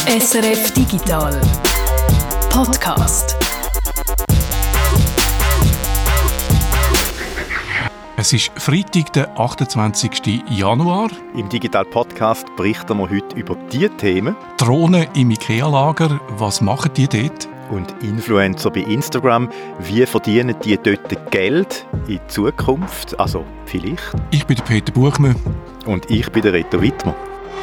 SRF Digital Podcast. Es ist Freitag, der 28. Januar. Im Digital Podcast berichten wir heute über diese Themen. Drohnen im IKEA-Lager, was machen die dort? Und Influencer bei Instagram, wie verdienen die dort Geld in Zukunft? Also vielleicht. Ich bin der Peter Buchmann. Und ich bin der Reto Wittmer.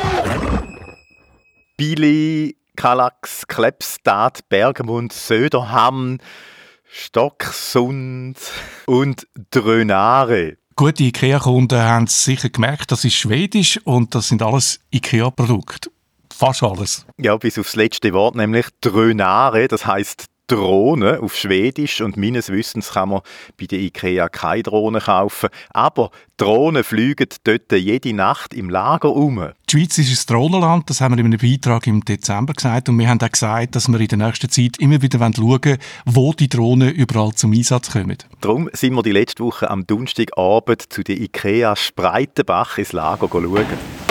Bili, Kallax, Klepstadt, Bergamond, Söderhamn, Stocksund und Drönare. Gute IKEA-Kunden haben sicher gemerkt, das ist schwedisch und das sind alles IKEA-Produkte. Fast alles. Ja, bis aufs letzte Wort, nämlich Drönare, das heisst Drohne auf Schwedisch. Und meines Wissens kann man bei der IKEA keine Drohne kaufen. Aber Drohnen fliegen dort jede Nacht im Lager rum. Die Schweiz ist ein Drohnenland, das haben wir in einem Beitrag im Dezember gesagt. Und wir haben auch gesagt, dass wir in der nächsten Zeit immer wieder schauen wollen, wo die Drohnen überall zum Einsatz kommen. Darum sind wir die letzte Woche am Donnerstagabend zu der IKEA Spreitenbach ins Lager schauen.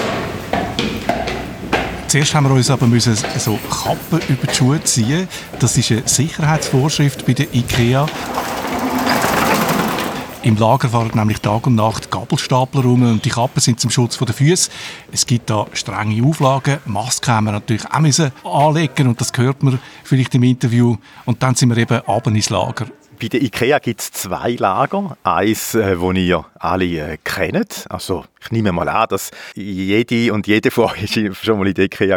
Zuerst haben wir uns aber so Kappen über die Schuhe ziehen. Das ist eine Sicherheitsvorschrift bei der IKEA. Im Lager fahren nämlich Tag und Nacht Gabelstapler rum und die Kappen sind zum Schutz der Füße. Es gibt da strenge Auflagen. Masken haben wir natürlich auch anlegen und das hört man vielleicht im Interview. Und dann sind wir eben runter ins Lager. Bei der IKEA gibt es zwei Lager. Eins, das ihr alle kennt. Also ich nehme mal an, dass jede von euch schon mal in der IKEA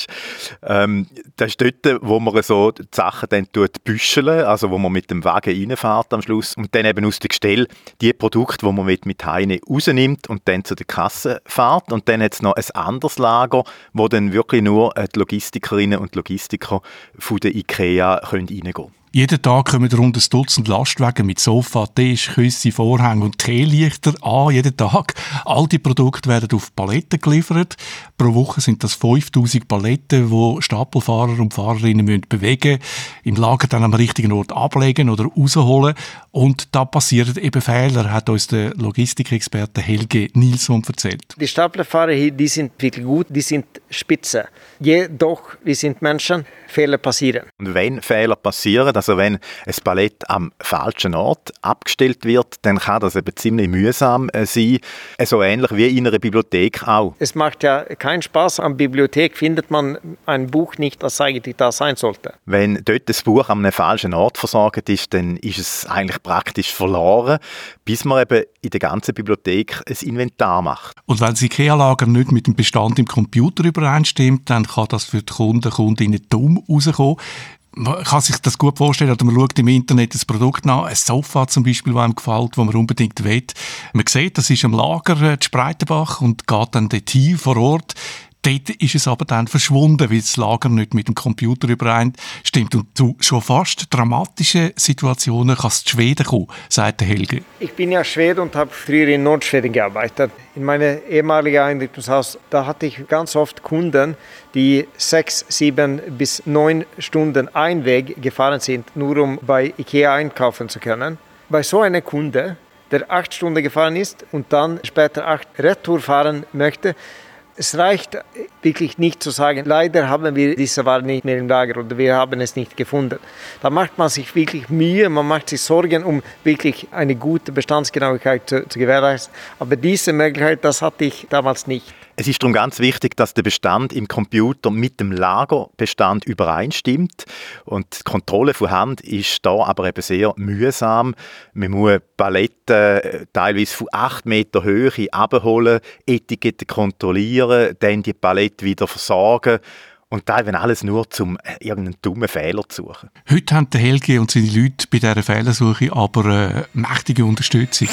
war. Das ist dort, wo man so die Sachen dann büscheln, also wo man mit dem Wagen reinfährt am Schluss und dann eben aus dem Gestell die Produkte, die man mit Heine rausnimmt und dann zu der Kasse fährt. Und dann hat es noch ein anderes Lager, wo dann wirklich nur die Logistikerinnen und Logistiker von der IKEA reingehen können. Jeden Tag kommen rund ein Dutzend Lastwagen mit Sofa, Tisch, Küsse, Vorhängen und Teelichter an. Jeden Tag. All die Produkte werden auf Paletten geliefert. Pro Woche sind das 5000 Paletten, die Stapelfahrer und Fahrerinnen bewegen müssen, im Lager dann am richtigen Ort ablegen oder rausholen. Und da passieren eben Fehler, hat uns der Logistikexperte Helge Nilsson erzählt. Die Staplerfahrer hier, die sind wirklich gut, die sind spitze. Jedoch, wir sind Menschen, Fehler passieren. Und wenn Fehler passieren, also wenn ein Palett am falschen Ort abgestellt wird, dann kann das eben ziemlich mühsam sein. So ähnlich wie in einer Bibliothek auch. Es macht ja keinen Spaß. An der Bibliothek findet man ein Buch nicht, das eigentlich da sein sollte. Wenn dort das Buch an einem falschen Ort versorgt ist, dann ist es eigentlich praktisch verloren, bis man eben in der ganzen Bibliothek ein Inventar macht. Und wenn das IKEA-Lager nicht mit dem Bestand im Computer übereinstimmt, dann kann das für die Kundinnen dumm rauskommen. Man kann sich das gut vorstellen, oder man schaut im Internet das Produkt nach, ein Sofa zum Beispiel, das einem gefällt, das man unbedingt will. Man sieht, das ist am Lager die Spreitenbach und geht dann dorthin vor Ort. Dort ist es aber dann verschwunden, weil das Lager nicht mit dem Computer übereinstimmt. Und zu schon fast dramatischen Situationen kann es zu Schweden kommen, sagt der Helge. Ich bin ja Schwede und habe früher in Nordschweden gearbeitet. In meinem ehemaligen Einrichtungshaus, da hatte ich ganz oft Kunden, die 6, 7 bis 9 Stunden Einweg gefahren sind, nur um bei IKEA einkaufen zu können. Bei so einem Kunde, der 8 Stunden gefahren ist und dann später 8 Retour fahren möchte, es reicht wirklich nicht zu sagen, leider haben wir diese Ware nicht mehr im Lager oder wir haben es nicht gefunden. Da macht man sich wirklich Mühe, man macht sich Sorgen, um wirklich eine gute Bestandsgenauigkeit zu gewährleisten. Aber diese Möglichkeit, das hatte ich damals nicht. Es ist darum ganz wichtig, dass der Bestand im Computer mit dem Lagerbestand übereinstimmt. Und die Kontrolle von Hand ist da aber eben sehr mühsam. Man muss Paletten teilweise von 8 Meter Höhe abholen, Etiketten kontrollieren, dann die Palette wieder versorgen. Und da eben alles nur, um irgendeinen dummen Fehler zu suchen. Heute haben der Helge und seine Leute bei dieser Fehlersuche aber mächtige Unterstützung.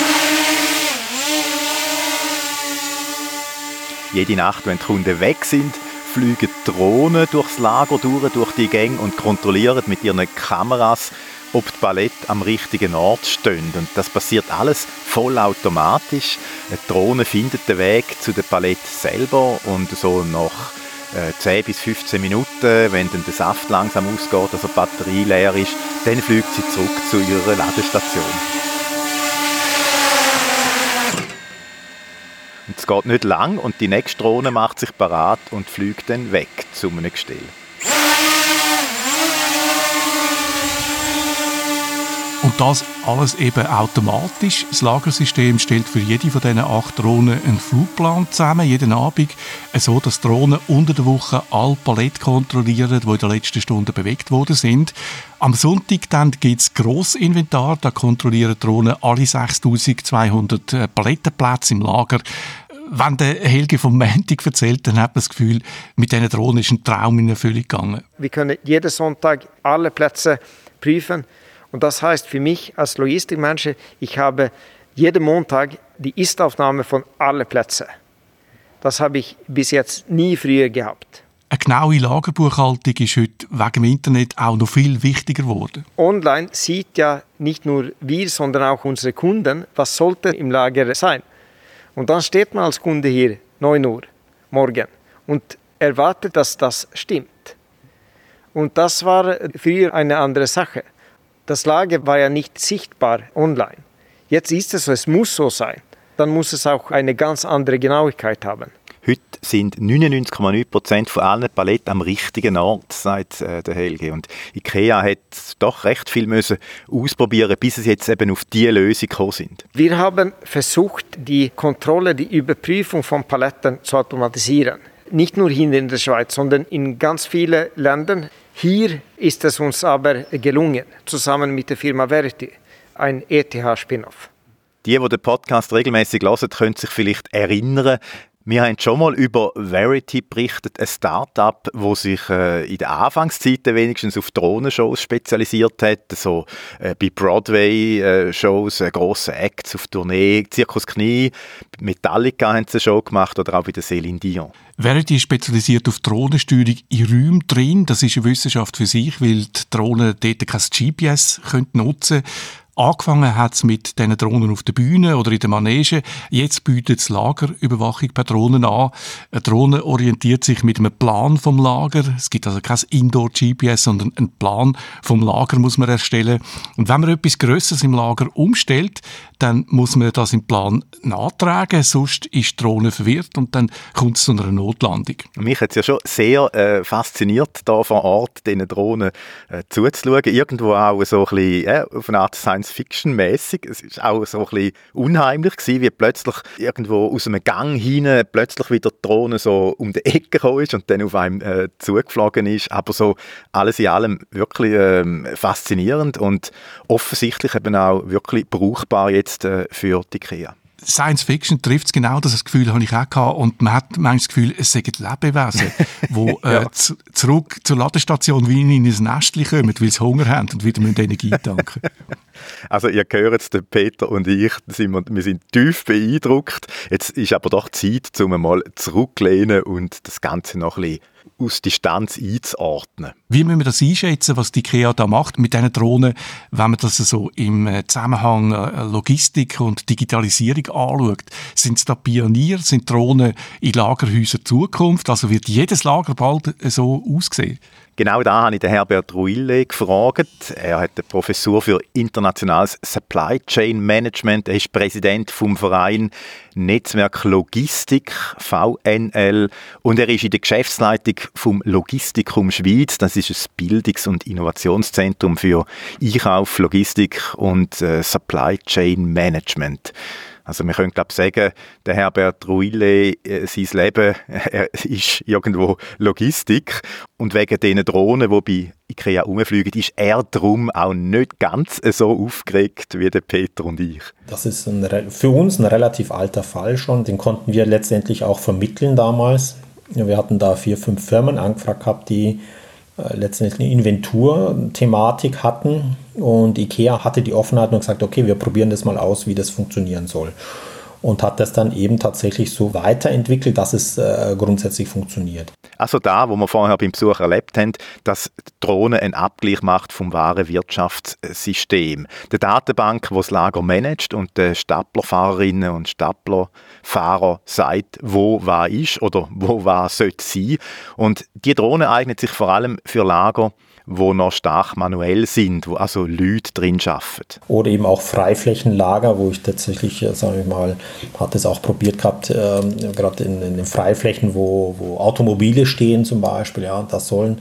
Jede Nacht, wenn die Kunden weg sind, fliegen Drohnen durchs Lager durch die Gänge und kontrollieren mit ihren Kameras, ob die Palette am richtigen Ort stehen. Und das passiert alles vollautomatisch. Eine Drohne findet den Weg zu der Palette selber und so nach 10 bis 15 Minuten, wenn dann der Saft langsam ausgeht, also die Batterie leer ist, dann fliegt sie zurück zu ihrer Ladestation. Und es geht nicht lang und die nächste Drohne macht sich parat und fliegt dann weg zu einem Gestell. Und das alles eben automatisch. Das Lagersystem stellt für jede von diesen 8 Drohnen einen Flugplan zusammen, jeden Abend, so dass die Drohnen unter der Woche alle Paletten kontrollieren, die in den letzten Stunden bewegt worden sind. Am Sonntag dann gibt es Grossinventar, da kontrollieren die Drohnen alle 6200 Palettenplätze im Lager. Wenn der Helge vom Montag erzählt, dann hat man das Gefühl, mit diesen Drohnen ist ein Traum in Erfüllung gegangen. Wir können jeden Sonntag alle Plätze prüfen. Und das heißt für mich als Logistikmensch, ich habe jeden Montag die Ist-Aufnahme von allen Plätzen. Das habe ich bis jetzt nie früher gehabt. Eine genaue Lagerbuchhaltung ist heute wegen dem Internet auch noch viel wichtiger geworden. Online sieht ja nicht nur wir, sondern auch unsere Kunden, was sollte im Lager sein. Und dann steht man als Kunde hier 9 Uhr morgen und erwartet, dass das stimmt. Und das war früher eine andere Sache. Das Lager war ja nicht sichtbar online. Jetzt ist es so, es muss so sein. Dann muss es auch eine ganz andere Genauigkeit haben. Heute sind 99,9% von allen Paletten am richtigen Ort, sagt der Helge. Und IKEA hat doch recht viel müssen ausprobieren, bis es jetzt eben auf diese Lösung gekommen sind. Wir haben versucht, die Kontrolle, die Überprüfung von Paletten zu automatisieren. Nicht nur hier in der Schweiz, sondern in ganz vielen Ländern. Hier ist es uns aber gelungen, zusammen mit der Firma Verity, ein ETH-Spin-off. Die den Podcast regelmäßig hören, können sich vielleicht erinnern, wir haben schon mal über Verity berichtet, ein Start-up, das sich in den Anfangszeiten wenigstens auf Drohnenshows spezialisiert hat, so bei Broadway-Shows, grosse Acts auf Tournee, Zirkus Knie, Metallica haben sie eine Show gemacht oder auch bei der Céline Dion. Verity ist spezialisiert auf Drohnensteuerung in Räumen drin. Das ist eine Wissenschaft für sich, weil die Drohnen dort kein GPS nutzen können. Angefangen hat es mit diesen Drohnen auf der Bühne oder in der Manege. Jetzt bietet das Lager Überwachung per Drohnen an. Eine Drohne orientiert sich mit einem Plan vom Lager. Es gibt also kein Indoor-GPS, sondern einen Plan vom Lager muss man erstellen. Und wenn man etwas Grösseres im Lager umstellt, dann muss man das im Plan nachtragen, sonst ist die Drohne verwirrt und dann kommt es zu einer Notlandung. Mich hat es ja schon sehr fasziniert, hier vor Ort diesen Drohnen zuzuschauen. Irgendwo auch so ein bisschen auf eine Art Science-Fiction-mäßig. Es war auch so ein bisschen unheimlich gewesen, wie plötzlich irgendwo aus einem Gang hinein plötzlich wieder die Drohne so um die Ecke gekommen ist und dann auf einem zugeflogen ist. Aber so alles in allem wirklich faszinierend und offensichtlich eben auch wirklich brauchbar jetzt für die IKEA. Science Fiction trifft es genau, das Gefühl habe ich auch gehabt. Und man hat manchmal das Gefühl, es seien Lebewesen, die zurück zur Ladestation wie in ein Nestchen kommen, weil sie Hunger haben und wieder Energie tanken. Also ihr hört es, Peter und ich, wir sind tief beeindruckt. Jetzt ist aber doch Zeit, um mal zurückzulehnen und das Ganze noch ein bisschen aus Distanz einzuordnen. Wie müssen wir das einschätzen, was die IKEA da macht mit diesen Drohnen, wenn man das so im Zusammenhang Logistik und Digitalisierung anschaut? Sind es da Pionier? Sind Drohnen in Lagerhäusern Zukunft? Also wird jedes Lager bald so aussehen? Genau da habe ich den Herbert Ruille gefragt. Er hat eine Professur für internationales Supply Chain Management. Er ist Präsident vom Verein Netzwerk Logistik, VNL. Und er ist in der Geschäftsleitung vom Logistikum Schweiz. Das ist ein Bildungs- und Innovationszentrum für Einkauf, Logistik und Supply Chain Management. Also wir können, glaube ich, sagen, der Herbert Ruille, sein Leben ist irgendwo Logistik. Und wegen diesen Drohnen, die bei IKEA rumfliegen, ist er darum auch nicht ganz so aufgeregt wie der Peter und ich. Das ist für uns ein relativ alter Fall schon. Den konnten wir letztendlich auch vermitteln damals. Wir hatten da 4, 5 Firmen angefragt gehabt, die letztendlich eine Inventur-Thematik hatten und IKEA hatte die Offenheit und gesagt, okay, wir probieren das mal aus, wie das funktionieren soll. Und hat das dann eben tatsächlich so weiterentwickelt, dass es grundsätzlich funktioniert. Also da, wo wir vorher beim Besuch erlebt haben, dass die Drohne einen Abgleich macht vom wahren Wirtschaftssystem. Die Datenbank, die das Lager managt und den Staplerfahrerinnen und Staplerfahrer sagt, wo was ist oder wo was sollte sein. Und die Drohne eignet sich vor allem für Lager, die noch stark manuell sind, wo also Leute drin arbeiten. Oder eben auch Freiflächenlager, wo ich tatsächlich, sage ich mal, hatte es auch probiert gehabt, gerade in den Freiflächen, wo Automobile stehen zum Beispiel, ja, das sollen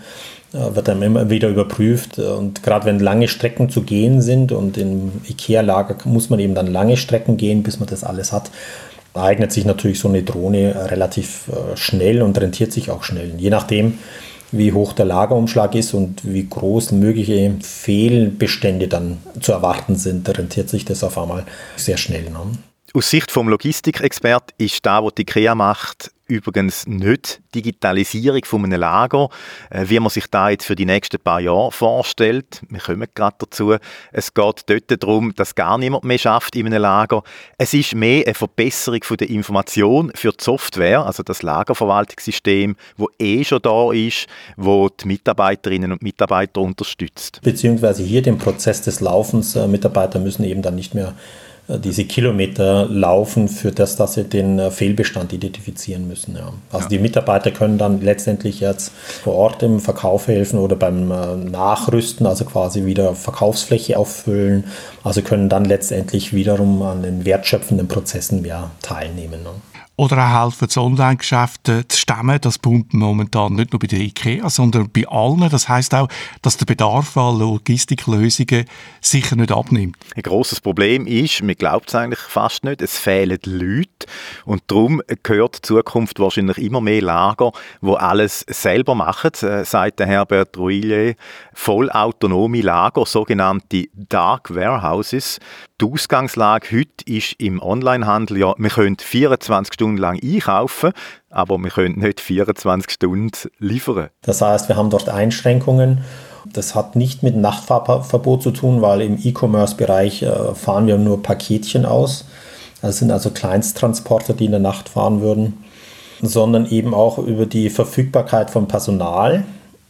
wird dann immer wieder überprüft. Und gerade wenn lange Strecken zu gehen sind und im IKEA-Lager muss man eben dann lange Strecken gehen, bis man das alles hat, eignet sich natürlich so eine Drohne relativ schnell und rentiert sich auch schnell. Je nachdem, wie hoch der Lagerumschlag ist und wie groß mögliche Fehlbestände dann zu erwarten sind, rentiert sich das auf einmal sehr schnell. Ne? Aus Sicht vom Logistikexpert ist das, was die IKEA macht, übrigens nicht Digitalisierung von einem Lager, wie man sich da jetzt für die nächsten paar Jahre vorstellt. Wir kommen gerade dazu. Es geht dort darum, dass gar niemand mehr schafft in einem Lager. Es ist mehr eine Verbesserung von der Information für die Software, also das Lagerverwaltungssystem, das schon da ist, wo die Mitarbeiterinnen und Mitarbeiter unterstützt. Beziehungsweise hier den Prozess des Laufens. Mitarbeiter müssen eben dann nicht mehr diese Kilometer laufen für das, dass sie den Fehlbestand identifizieren müssen. Ja. Also die Mitarbeiter können dann letztendlich jetzt vor Ort im Verkauf helfen oder beim Nachrüsten, also quasi wieder Verkaufsfläche auffüllen, also können dann letztendlich wiederum an den wertschöpfenden Prozessen mehr teilnehmen. Ne. Oder auch helfen, das Online-Geschäft zu stemmen. Das pumpt momentan nicht nur bei der IKEA, sondern bei allen. Das heisst auch, dass der Bedarf an Logistiklösungen sicher nicht abnimmt. Ein grosses Problem ist, man glaubt es eigentlich fast nicht, es fehlen Leute. Und darum gehört in Zukunft wahrscheinlich immer mehr Lager, die alles selber machen, sagt der Herbert Rouillet. Vollautonome Lager, sogenannte Dark Warehouses. Die Ausgangslage heute ist im Onlinehandel, ja, wir können 24 Stunden lang einkaufen, aber wir können nicht 24 Stunden liefern. Das heißt, wir haben dort Einschränkungen. Das hat nicht mit Nachtfahrverbot zu tun, weil im E-Commerce-Bereich fahren wir nur Paketchen aus. Das sind also Kleinsttransporter, die in der Nacht fahren würden, sondern eben auch über die Verfügbarkeit von Personal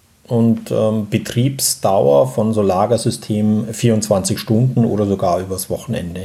und Betriebsdauer von so Lagersystemen 24 Stunden oder sogar übers Wochenende.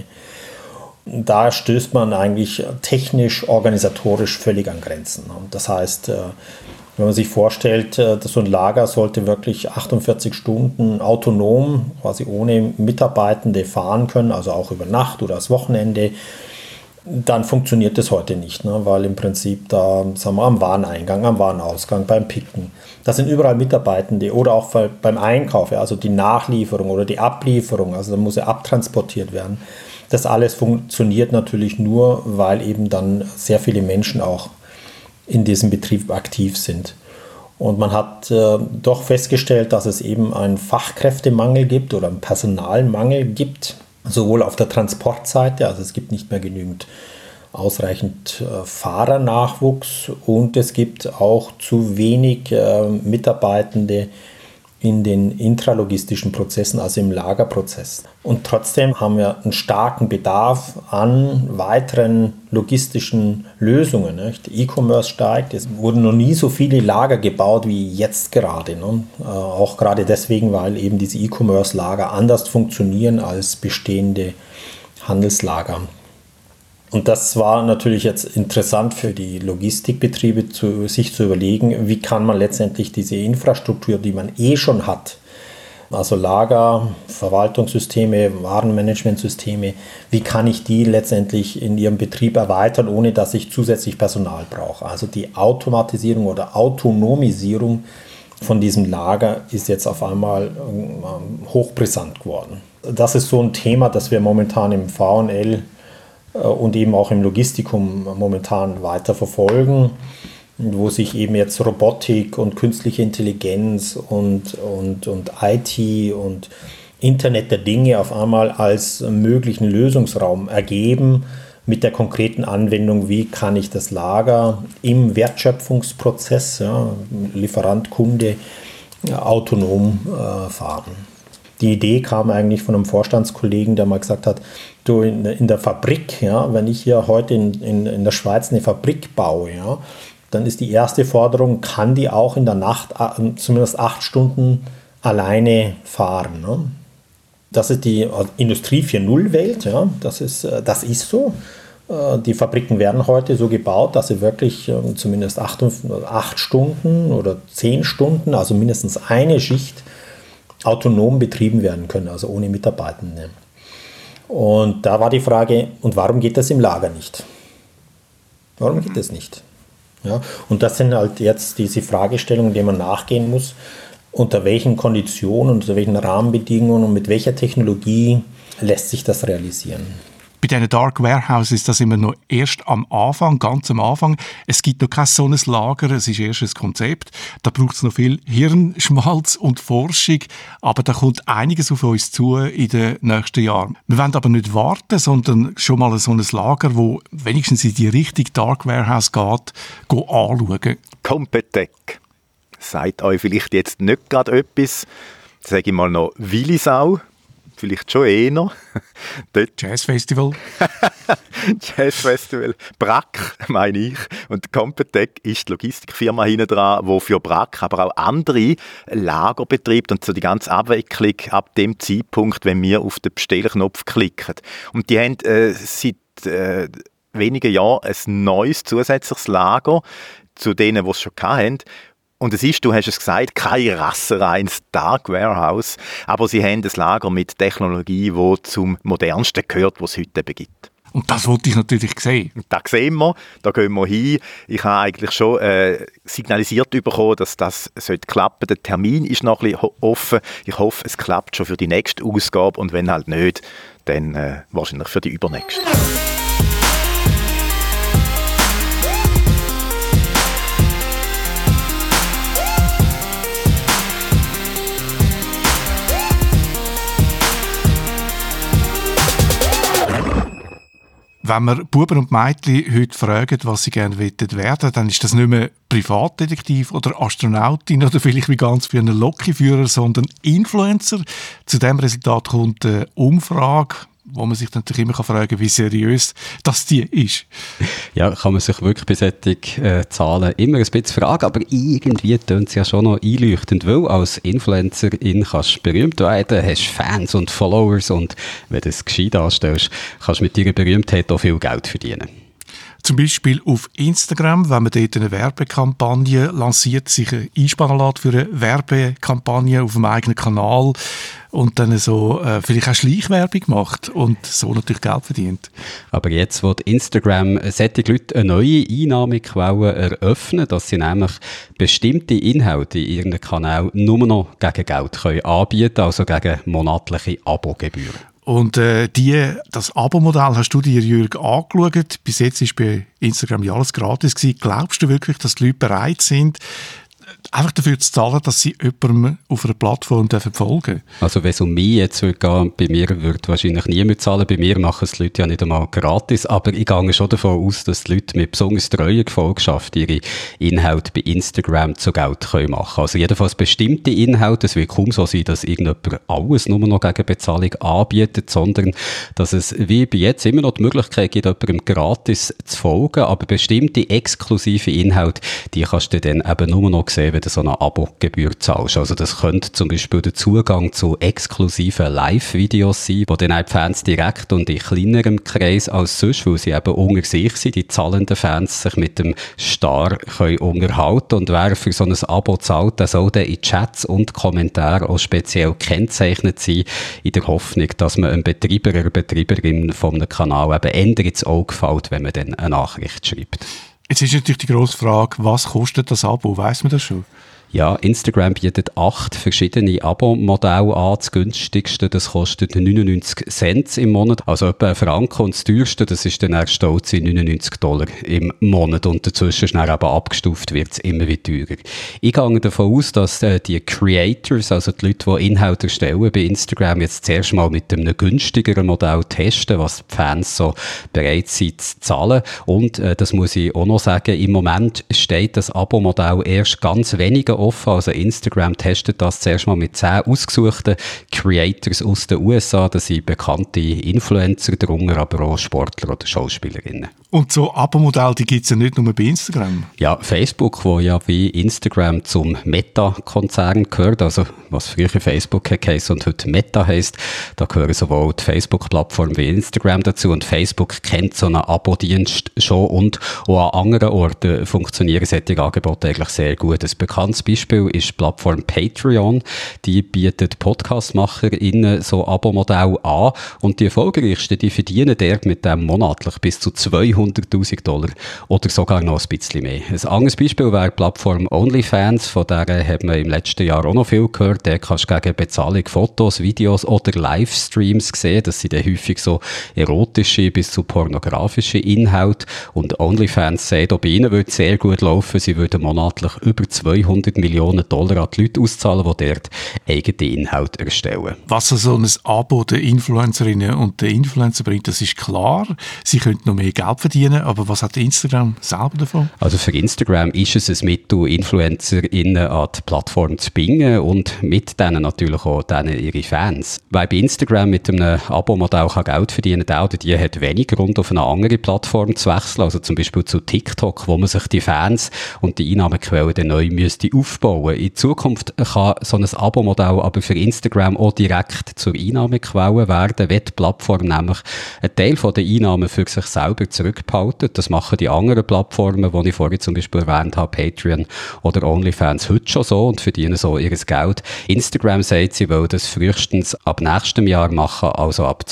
Da stößt man eigentlich technisch, organisatorisch völlig an Grenzen. Das heißt, wenn man sich vorstellt, dass so ein Lager sollte wirklich 48 Stunden autonom, quasi ohne Mitarbeitende fahren können, also auch über Nacht oder das Wochenende, dann funktioniert das heute nicht, ne? Weil im Prinzip da, sagen wir, am Wareneingang, am Warenausgang, beim Picken, da sind überall Mitarbeitende oder auch beim Einkauf, ja, also die Nachlieferung oder die Ablieferung, also da muss ja abtransportiert werden. Das alles funktioniert natürlich nur, weil eben dann sehr viele Menschen auch in diesem Betrieb aktiv sind. Und man hat doch festgestellt, dass es eben einen Fachkräftemangel gibt oder einen Personalmangel gibt, sowohl auf der Transportseite, also es gibt nicht mehr genügend ausreichend Fahrernachwuchs und es gibt auch zu wenig Mitarbeitende in den intralogistischen Prozessen, also im Lagerprozess. Und trotzdem haben wir einen starken Bedarf an weiteren logistischen Lösungen. Nicht? E-Commerce steigt, es wurden noch nie so viele Lager gebaut wie jetzt gerade. Ne? Auch gerade deswegen, weil eben diese E-Commerce-Lager anders funktionieren als bestehende Handelslager. Und das war natürlich jetzt interessant für die Logistikbetriebe, sich zu überlegen, wie kann man letztendlich diese Infrastruktur, die man schon hat, also Lager, Verwaltungssysteme, Warenmanagementsysteme, wie kann ich die letztendlich in ihrem Betrieb erweitern, ohne dass ich zusätzlich Personal brauche. Also die Automatisierung oder Autonomisierung von diesem Lager ist jetzt auf einmal hochbrisant geworden. Das ist so ein Thema, das wir momentan im V&L und eben auch im Logistikum momentan weiter verfolgen, wo sich eben jetzt Robotik und künstliche Intelligenz und IT und Internet der Dinge auf einmal als möglichen Lösungsraum ergeben mit der konkreten Anwendung, wie kann ich das Lager im Wertschöpfungsprozess, ja, Lieferant, Kunde, autonom fahren. Die Idee kam eigentlich von einem Vorstandskollegen, der mal gesagt hat, du in der Fabrik, ja, wenn ich hier heute in der Schweiz eine Fabrik baue, ja, dann ist die erste Forderung, kann die auch in der Nacht zumindest 8 Stunden alleine fahren. Ne? Das ist die Industrie 4.0-Welt, ja, das ist so. Die Fabriken werden heute so gebaut, dass sie wirklich zumindest 8 Stunden oder 10 Stunden, also mindestens eine Schicht, autonom betrieben werden können, also ohne Mitarbeitende. Und da war die Frage, und warum geht das im Lager nicht? Warum geht das nicht? Ja, und das sind halt jetzt diese Fragestellungen, denen man nachgehen muss. unter welchen Konditionen, unter welchen Rahmenbedingungen und mit welcher Technologie lässt sich das realisieren. Bei diesen Dark Warehouses ist das immer noch erst am Anfang, ganz am Anfang. Es gibt noch kein so ein Lager, es ist erst ein Konzept. Da braucht es noch viel Hirnschmalz und Forschung, aber da kommt einiges auf uns zu in den nächsten Jahren. Wir wollen aber nicht warten, sondern schon mal so ein Lager, wo wenigstens in die Richtung Dark Warehouse geht, anschauen. Competech. Sagt euch vielleicht jetzt nicht gerade etwas, sage ich mal noch Willisau. Vielleicht schon eher. Jazzfestival. Jazzfestival. BRAC, meine ich. Und Competech ist die Logistikfirma hinten dran, die für BRAC, aber auch andere Lager betreibt und so die ganze Abwicklung ab dem Zeitpunkt, wenn wir auf den Bestellknopf klicken. Und die haben seit wenigen Jahren ein neues zusätzliches Lager zu denen, die es schon hatten. Und es ist, du hast es gesagt, kein rassereines Dark Warehouse, aber sie haben ein Lager mit Technologie, die zum modernsten gehört, was es heute eben gibt. Und das wollte ich natürlich sehen. Und das sehen wir, da gehen wir hin. Ich habe eigentlich schon signalisiert bekommen, dass das klappen sollte. Der Termin ist noch ein bisschen offen. Ich hoffe, es klappt schon für die nächste Ausgabe und wenn halt nicht, dann wahrscheinlich für die übernächste. Wenn wir Buben und Mädchen heute fragen, was sie gerne werden wollen, dann ist das nicht mehr Privatdetektiv oder Astronautin oder vielleicht wie ganz für einen Lokführer, sondern Influencer. Zu diesem Resultat kommt eine Umfrage, wo man sich natürlich immer fragen kann, wie seriös das die ist. Ja, kann man sich wirklich bei solchen Zahlen immer ein bisschen fragen, aber irgendwie tönt es ja schon noch einleuchtend, weil als Influencerin kannst du berühmt werden, hast Fans und Followers und wenn du es gescheit anstellst, kannst du mit deiner Berühmtheit auch viel Geld verdienen. Zum Beispiel auf Instagram, wenn man dort eine Werbekampagne lanciert, sich einspannen lässt für eine Werbekampagne auf dem eigenen Kanal und dann so vielleicht auch Schleichwerbung macht und so natürlich Geld verdient. Aber jetzt will Instagram solche Leute eine neue Einnahmequelle eröffnen, dass sie nämlich bestimmte Inhalte in ihren Kanal nur noch gegen Geld können anbieten, also gegen monatliche Abogebühren. Und das Abo-Modell hast du dir, Jürg, angeschaut. Bis jetzt war bei Instagram ja alles gratis gewesen. Glaubst du wirklich, dass die Leute bereit sind, einfach dafür zu zahlen, dass sie jemandem auf einer Plattform folgen dürfen? Also wenn es um mich jetzt würde gehen, bei mir würde wahrscheinlich niemand zahlen. Bei mir machen es die Leute ja nicht einmal gratis. Aber ich gehe schon davon aus, dass die Leute mit besonders treuer Gefolgschaft ihre Inhalte bei Instagram zu Geld machen können. Also jedenfalls bestimmte Inhalte. Es wird kaum so sein, dass irgendjemand alles nur noch gegen Bezahlung anbietet, sondern dass es wie bei jetzt immer noch die Möglichkeit gibt, jemandem gratis zu folgen. Aber bestimmte exklusive Inhalte, die kannst du dann eben nur noch sehen, wenn du so eine Abogebühr zahlst. Also das könnte zum Beispiel der Zugang zu exklusiven Live-Videos sein, wo dann auch die Fans direkt und in kleinerem Kreis als sonst, weil sie eben unter sich sind, die zahlenden Fans sich mit dem Star können unterhalten. Und wer für so ein Abo zahlt, der soll dann in Chats und Kommentaren auch speziell gekennzeichnet sein, in der Hoffnung, dass man einem Betreiber oder Betreiberin von einem Kanal eben eher ins Auge fällt, wenn man dann eine Nachricht schreibt. Jetzt ist natürlich die grosse Frage, was kostet das Abo? Weiss man das schon? Ja, Instagram bietet 8 verschiedene Abo-Modelle an. Das günstigste, das kostet 99 Cent im Monat, also etwa ein Franken. Und das teuerste, das ist dann erst stolze $99 im Monat. Und dazwischen schnell eben abgestuft wird es immer wieder teurer. Ich gehe davon aus, dass die Creators, also die Leute, die Inhalte erstellen bei Instagram, jetzt zuerst mal mit einem günstigeren Modell testen, was die Fans so bereit sind zu zahlen. Und das muss ich auch noch sagen, im Moment steht das Abo-Modell erst ganz wenige offen. Also Instagram testet das zuerst mal mit 10 ausgesuchten Creators aus den USA. Das sind bekannte Influencer, darunter aber auch Sportler oder Schauspielerinnen. Und so Abo-Modelle, die gibt es ja nicht nur bei Instagram. Ja, Facebook, wo ja wie Instagram zum Meta-Konzern gehört, also was früher Facebook heisst und heute Meta heisst, da gehören sowohl die Facebook-Plattform wie Instagram dazu und Facebook kennt so einen Abo-Dienst schon und auch an anderen Orten funktionieren solche Angebote eigentlich sehr gut. Ein bekanntes Beispiel Beispiel ist die Plattform Patreon. Die bietet PodcastmacherInnen so Abo-Modell an und die Erfolgreichsten, die verdienen dort mit dem monatlich bis zu $200.000 oder sogar noch ein bisschen mehr. Ein anderes Beispiel wäre die Plattform OnlyFans, von der hat man im letzten Jahr auch noch viel gehört. Da kannst du gegen Bezahlung Fotos, Videos oder Livestreams sehen. Das sind dann häufig so erotische bis zu pornografische Inhalte. Und OnlyFans sagt, auch bei ihnen würde es sehr gut laufen. Sie würden monatlich über $200 Millionen an die Leute auszahlen, die dort eigene Inhalte erstellen. Was so ein Abo der Influencerinnen und der Influencer bringt, das ist klar. Sie können noch mehr Geld verdienen, aber was hat Instagram selber davon? Also für Instagram ist es ein Mittel, InfluencerInnen an die Plattform zu bringen und mit denen natürlich auch denen ihre Fans. Wer bei Instagram mit einem Abo-Modell Geld verdienen kann, die hat wenig Grund, auf eine andere Plattform zu wechseln, also zum Beispiel zu TikTok, wo man sich die Fans und die Einnahmequellen dann neu müsste aufbauen. In Zukunft kann so ein Abo-Modell aber für Instagram auch direkt zur Einnahmequelle werden, wenn die Plattform nämlich einen Teil der Einnahmen für sich selber zurückbehalten. Das machen die anderen Plattformen, die ich vorhin zum Beispiel erwähnt habe, Patreon oder OnlyFans, heute schon so und verdienen so ihr Geld. Instagram sagt, sie wollen das frühestens ab nächstem Jahr machen, also ab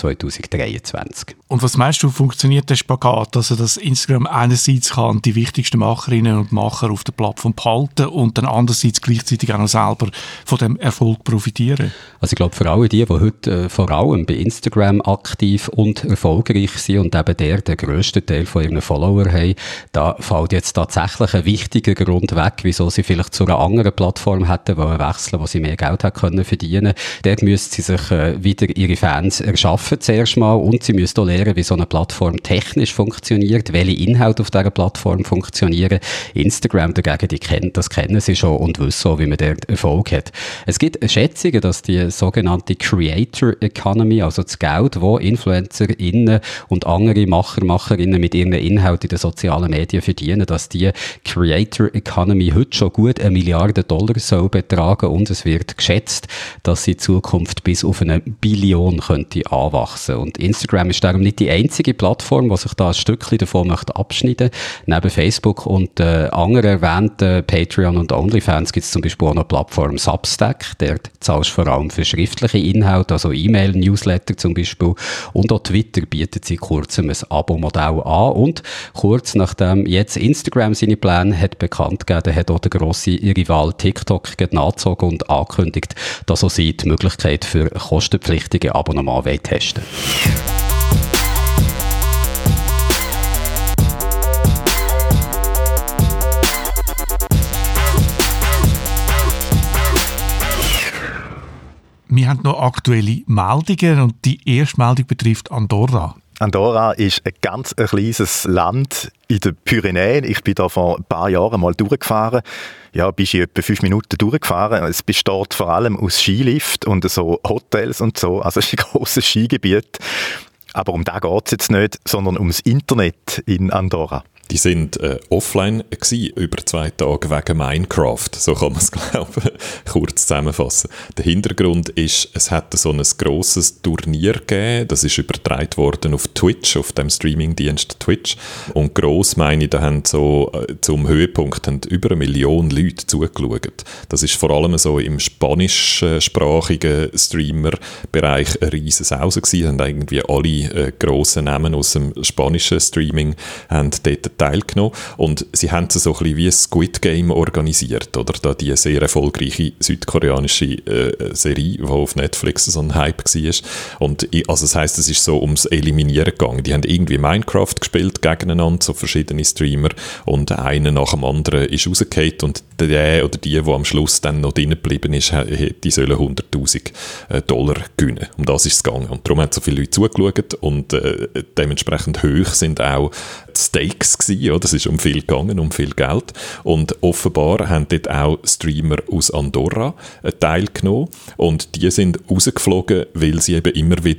2023. Und was meinst du, funktioniert der Spagat, also dass Instagram einerseits kann die wichtigsten Macherinnen und Macher auf der Plattform behalten und dann andererseits gleichzeitig auch noch selber von dem Erfolg profitieren? Also ich glaube, für alle die heute vor allem bei Instagram aktiv und erfolgreich sind und eben den grössten Teil von ihren Followern haben, da fällt jetzt tatsächlich ein wichtiger Grund weg, wieso sie vielleicht zu einer anderen Plattform hätten wollen wechseln, wo sie mehr Geld hätten können verdienen. Dort müssten sie sich wieder ihre Fans erschaffen zuerst mal und sie müssten auch lernen, wie so eine Plattform technisch funktioniert, welche Inhalte auf dieser Plattform funktionieren. Instagram dagegen, das kennen sie schon und wissen auch, wie man dort Erfolg hat. Es gibt Schätzungen, dass die sogenannte Creator Economy, also das Geld, das InfluencerInnen und andere Macherinnen mit ihren Inhalten in den sozialen Medien verdienen, dass die Creator Economy heute schon gut $1 Milliarde soll betragen und es wird geschätzt, dass sie in Zukunft bis auf 1 Billion könnte anwachsen. Und Instagram ist darum nicht die einzige Plattform, die sich da ein Stückchen davon möchte abschneiden. Neben Facebook und anderen erwähnten Patreon und OnlyFans gibt es zum Beispiel auch noch die Plattform Substack. Dort zahlst du vor allem für schriftliche Inhalte, also E-Mail, Newsletter zum Beispiel. Und auch Twitter bietet seit kurzem ein Abo-Modell an. Und kurz nachdem jetzt Instagram seine Pläne hat bekannt gegeben, hat auch der grosse Rival TikTok nachgezogen und angekündigt, dass auch sie die Möglichkeit für kostenpflichtige Abonnement testen wollen. Wir haben noch aktuelle Meldungen und die erste Meldung betrifft Andorra. Andorra ist ein ganz kleines Land in den Pyrenäen. Ich bin da vor ein paar Jahren mal durchgefahren. Ja, bist in etwa 5 Minuten durchgefahren. Es besteht vor allem aus Skilift und so Hotels und so. Also es ist ein grosses Skigebiet. Aber um das geht es jetzt nicht, sondern ums Internet in Andorra. Die sind offline gewesen, über 2 Tage wegen Minecraft. So kann man es, glaube ich, kurz zusammenfassen. Der Hintergrund ist, es hat so ein grosses Turnier gegeben. Das ist übertragen worden auf Twitch, auf dem Streamingdienst Twitch. Und gross meine ich, da haben so zum Höhepunkt haben über 1 Million Leute zugeschaut. Das ist vor allem so im spanischsprachigen Streamer-Bereich eine riesen Sause gewesen. Haben irgendwie alle grossen Namen aus dem spanischen Streaming haben dort teilgenommen und sie haben es so ein bisschen wie Squid Game organisiert, oder? Da die sehr erfolgreiche südkoreanische Serie, die auf Netflix so ein Hype war. Und also das heisst, es ist so ums Eliminieren gegangen. Die haben irgendwie Minecraft gespielt gegeneinander, so verschiedene Streamer und einer nach dem anderen ist rausgefallen und der oder die am Schluss dann noch drin geblieben ist, die sollen $100.000 gewinnen. Um das ist es gegangen. Und darum haben so viele Leute zugeschaut und dementsprechend hoch sind auch die Stakes gewesen, oder? Das ist um viel gegangen, um viel Geld. Und offenbar haben dort auch Streamer aus Andorra teilgenommen und die sind rausgeflogen, weil sie eben immer wieder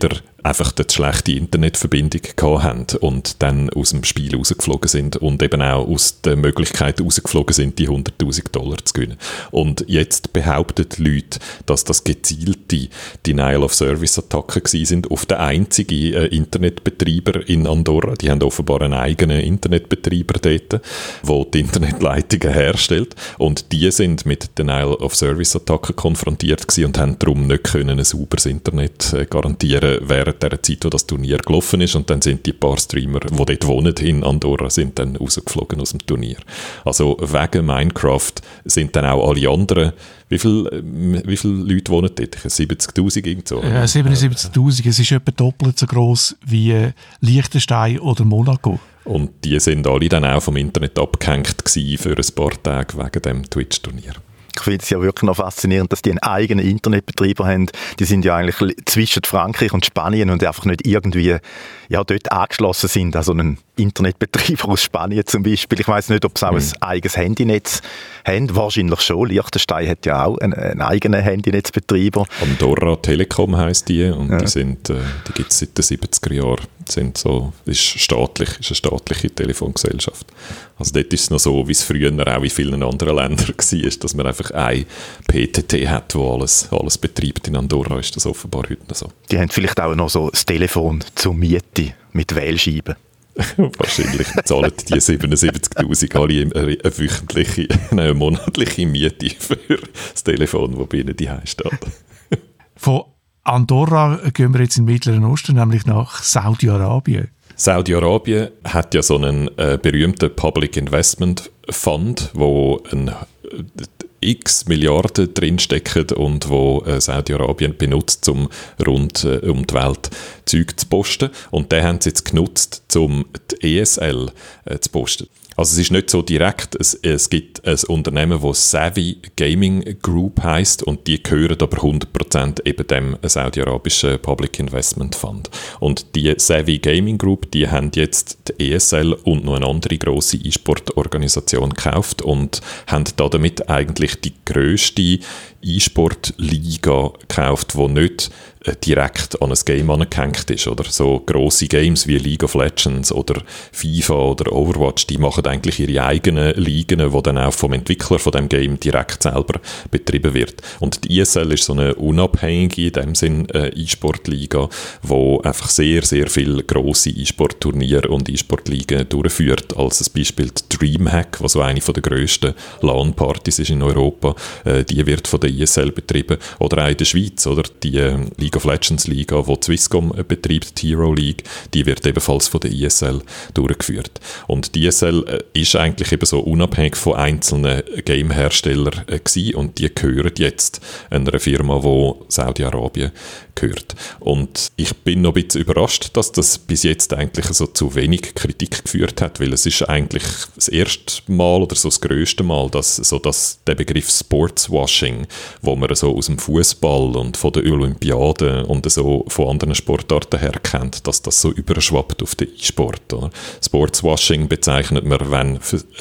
einfach eine schlechte Internetverbindung gehabt haben und dann aus dem Spiel rausgeflogen sind und eben auch aus der Möglichkeit rausgeflogen sind, die $100.000 zu gewinnen. Und jetzt behaupten die Leute, dass das gezielte Denial-of-Service-Attacken sind auf den einzigen Internetbetreiber in Andorra. Die haben offenbar einen eigenen Internetbetreiber dort, der die Internetleitungen herstellt. Und die sind mit Denial-of-Service-Attacken konfrontiert gewesen und haben darum nicht können ein sauberes Internet garantieren während der Zeit, wo das Turnier gelaufen ist. Und dann sind die paar Streamer, die dort wohnen in Andorra, sind dann rausgeflogen aus dem Turnier. Also wegen Minecraft sind dann auch alle anderen. Wie viele Leute wohnen dort? 70'000 irgendwo? Ja, 77'000. Es ist etwa doppelt so gross wie Liechtenstein oder Monaco. Und die sind alle dann auch vom Internet abgehängt gewesen für ein paar Tage wegen dem Twitch-Turnier. Ich finde es ja wirklich noch faszinierend, dass die einen eigenen Internetbetreiber haben. Die sind ja eigentlich zwischen Frankreich und Spanien und einfach nicht irgendwie dort angeschlossen sind an so einen Internetbetreiber aus Spanien zum Beispiel. Ich weiss nicht, ob sie auch ein eigenes Handynetz haben. Wahrscheinlich schon. Liechtenstein hat ja auch einen eigenen Handynetzbetreiber. Andorra Telekom heisst die und die gibt es seit den 70er Jahren. Ist eine staatliche Telefongesellschaft. Also dort ist es noch so, wie es früher auch in vielen anderen Ländern war, dass man einfach ein PTT hat, wo alles betreibt. In Andorra ist das offenbar heute noch so. Die haben vielleicht auch noch so das Telefon zur Miete mit Wählscheiben. Wahrscheinlich zahlen die 77'000 alle eine monatliche Miete für das Telefon, das bei ihnen daheim steht. Von Andorra gehen wir jetzt in den Mittleren Osten, nämlich nach Saudi-Arabien. Saudi-Arabien hat ja so einen berühmten Public Investment Fund, wo x Milliarden drinstecken und wo Saudi-Arabien benutzt, um rund um die Welt Zeug zu posten. Und den haben sie jetzt genutzt, um die ESL zu posten. Also es ist nicht so direkt, es gibt ein Unternehmen, das Savvy Gaming Group heisst und die gehören aber 100% eben dem saudi-arabischen Public Investment Fund. Und die Savvy Gaming Group, die haben jetzt die ESL und noch eine andere grosse E-Sport-Organisation gekauft und haben damit eigentlich die grösste E-Sport-Liga gekauft, die nicht direkt an ein Game angehängt ist. Oder so grosse Games wie League of Legends oder FIFA oder Overwatch, die machen eigentlich ihre eigenen Ligen, die dann auch vom Entwickler von dem Game direkt selber betrieben wird. Und die ESL ist so eine unabhängige, in dem Sinn E-Sport-Liga, wo einfach sehr, sehr viele grosse E-Sport-Turniere und E-Sport-Ligen durchführt. Als ein Beispiel die Dreamhack, was so eine der grössten LAN-Partys ist in Europa, die wird von der ESL betrieben. Oder auch in der Schweiz, oder? Die League of Legends Liga, die Swisscom betreibt, die Hero League, die wird ebenfalls von der ESL durchgeführt. Und die ESL ist eigentlich eben so unabhängig von einzelnen Game-Herstellern gewesen und die gehören jetzt einer Firma, die Saudi-Arabien gehört. Und ich bin noch ein bisschen überrascht, dass das bis jetzt eigentlich so zu wenig Kritik geführt hat, weil es ist eigentlich das erste Mal oder so das grösste Mal, dass der Begriff Sportswashing, wo man so aus dem Fußball und von der Olympiade und so von anderen Sportarten her kennt, dass das so überschwappt auf den E-Sport. Oder? Sportswashing bezeichnet man, wenn